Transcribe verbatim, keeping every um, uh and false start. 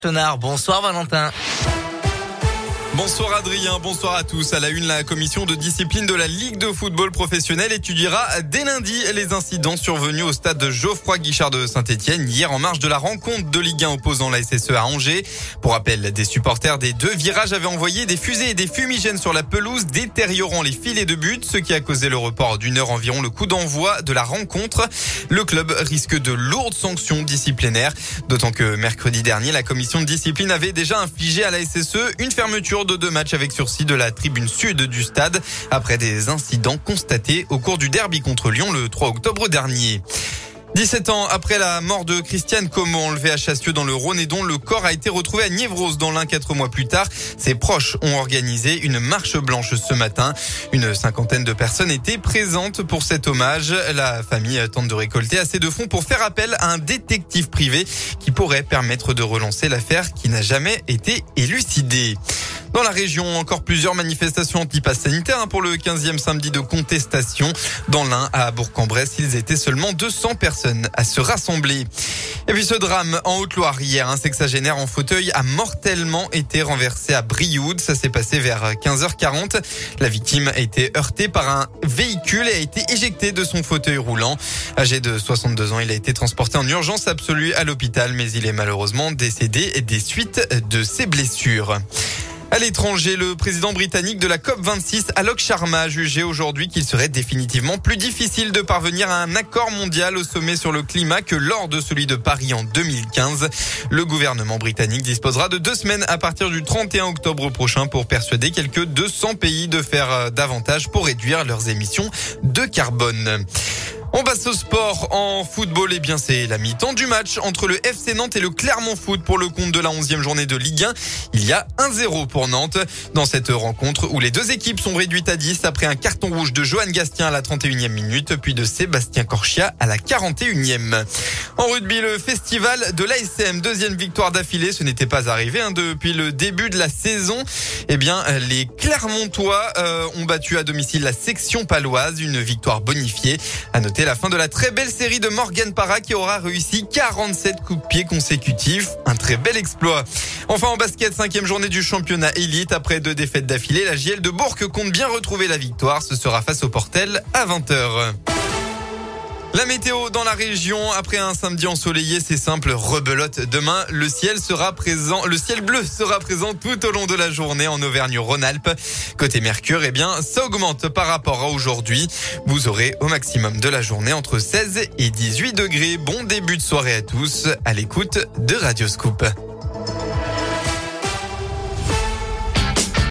Chenard. Bonsoir Valentin. Bonsoir Adrien, bonsoir à tous. À la une, la commission de discipline de la Ligue de football professionnel étudiera dès lundi les incidents survenus au stade Geoffroy Guichard de Saint-Etienne hier en marge de la rencontre de Ligue un opposant la S S E à Angers. Pour rappel, des supporters des deux virages avaient envoyé des fusées et des fumigènes sur la pelouse, détériorant les filets de but, ce qui a causé le report d'une heure environ le coup d'envoi de la rencontre. Le club risque de lourdes sanctions disciplinaires, d'autant que mercredi dernier, la commission de discipline avait déjà infligé à la S S E une fermeture de deux matchs avec sursis de la tribune sud du stade après des incidents constatés au cours du derby contre Lyon le trois octobre dernier. dix-sept ans après la mort de Christiane Comot enlevée à Chassieux dans le Rhône et dont le corps a été retrouvé à Niévros dans l'Ain quatre mois plus tard, ses proches ont organisé une marche blanche ce matin. Une cinquantaine de personnes étaient présentes pour cet hommage. La famille tente de récolter assez de fonds pour faire appel à un détective privé qui pourrait permettre de relancer l'affaire qui n'a jamais été élucidée. Dans la région, encore plusieurs manifestations anti-pass sanitaire pour le quinzième samedi de contestation. Dans l'Ain, à Bourg-en-Bresse, ils étaient seulement deux cents personnes à se rassembler. Et puis ce drame en Haute-Loire hier, un sexagénaire en fauteuil a mortellement été renversé à Brioude. Ça s'est passé vers quinze heures quarante. La victime a été heurtée par un véhicule et a été éjectée de son fauteuil roulant. Âgé de soixante-deux ans, il a été transporté en urgence absolue à l'hôpital, mais il est malheureusement décédé des suites de ses blessures. À l'étranger, le président britannique de la COP vingt-six, Alok Sharma, a jugé aujourd'hui qu'il serait définitivement plus difficile de parvenir à un accord mondial au sommet sur le climat que lors de celui de Paris en deux mille quinze. Le gouvernement britannique disposera de deux semaines à partir du trente et un octobre prochain pour persuader quelques deux cents pays de faire davantage pour réduire leurs émissions de carbone. On passe au sport en football. Eh bien, c'est la mi-temps du match entre le F C Nantes et le Clermont Foot pour le compte de la onzième journée de Ligue un. Il y a un zéro pour Nantes dans cette rencontre où les deux équipes sont réduites à dix après un carton rouge de Johan Gastien à la trente et unième minute, puis de Sébastien Corchia à la quarante et unième. En rugby, le festival de l'A S M, deuxième victoire d'affilée. Ce n'était pas arrivé hein, depuis le début de la saison. Eh bien, les Clermontois euh, ont battu à domicile la section paloise, une victoire bonifiée. À noter la fin de la très belle série de Morgan Parra qui aura réussi quarante-sept coups de pied consécutifs. Un très bel exploit. Enfin en basket, cinquième journée du championnat élite. Après deux défaites d'affilée, la J L de Bourg compte bien retrouver la victoire. Ce sera face au Portel à vingt heures. La météo dans la région, après un samedi ensoleillé, c'est simple, rebelote. Demain, le ciel sera présent, le ciel bleu sera présent tout au long de la journée en Auvergne-Rhône-Alpes. Côté Mercure, eh bien, ça augmente par rapport à aujourd'hui. Vous aurez au maximum de la journée entre seize et dix-huit degrés. Bon début de soirée à tous, à l'écoute de Radio Scoop.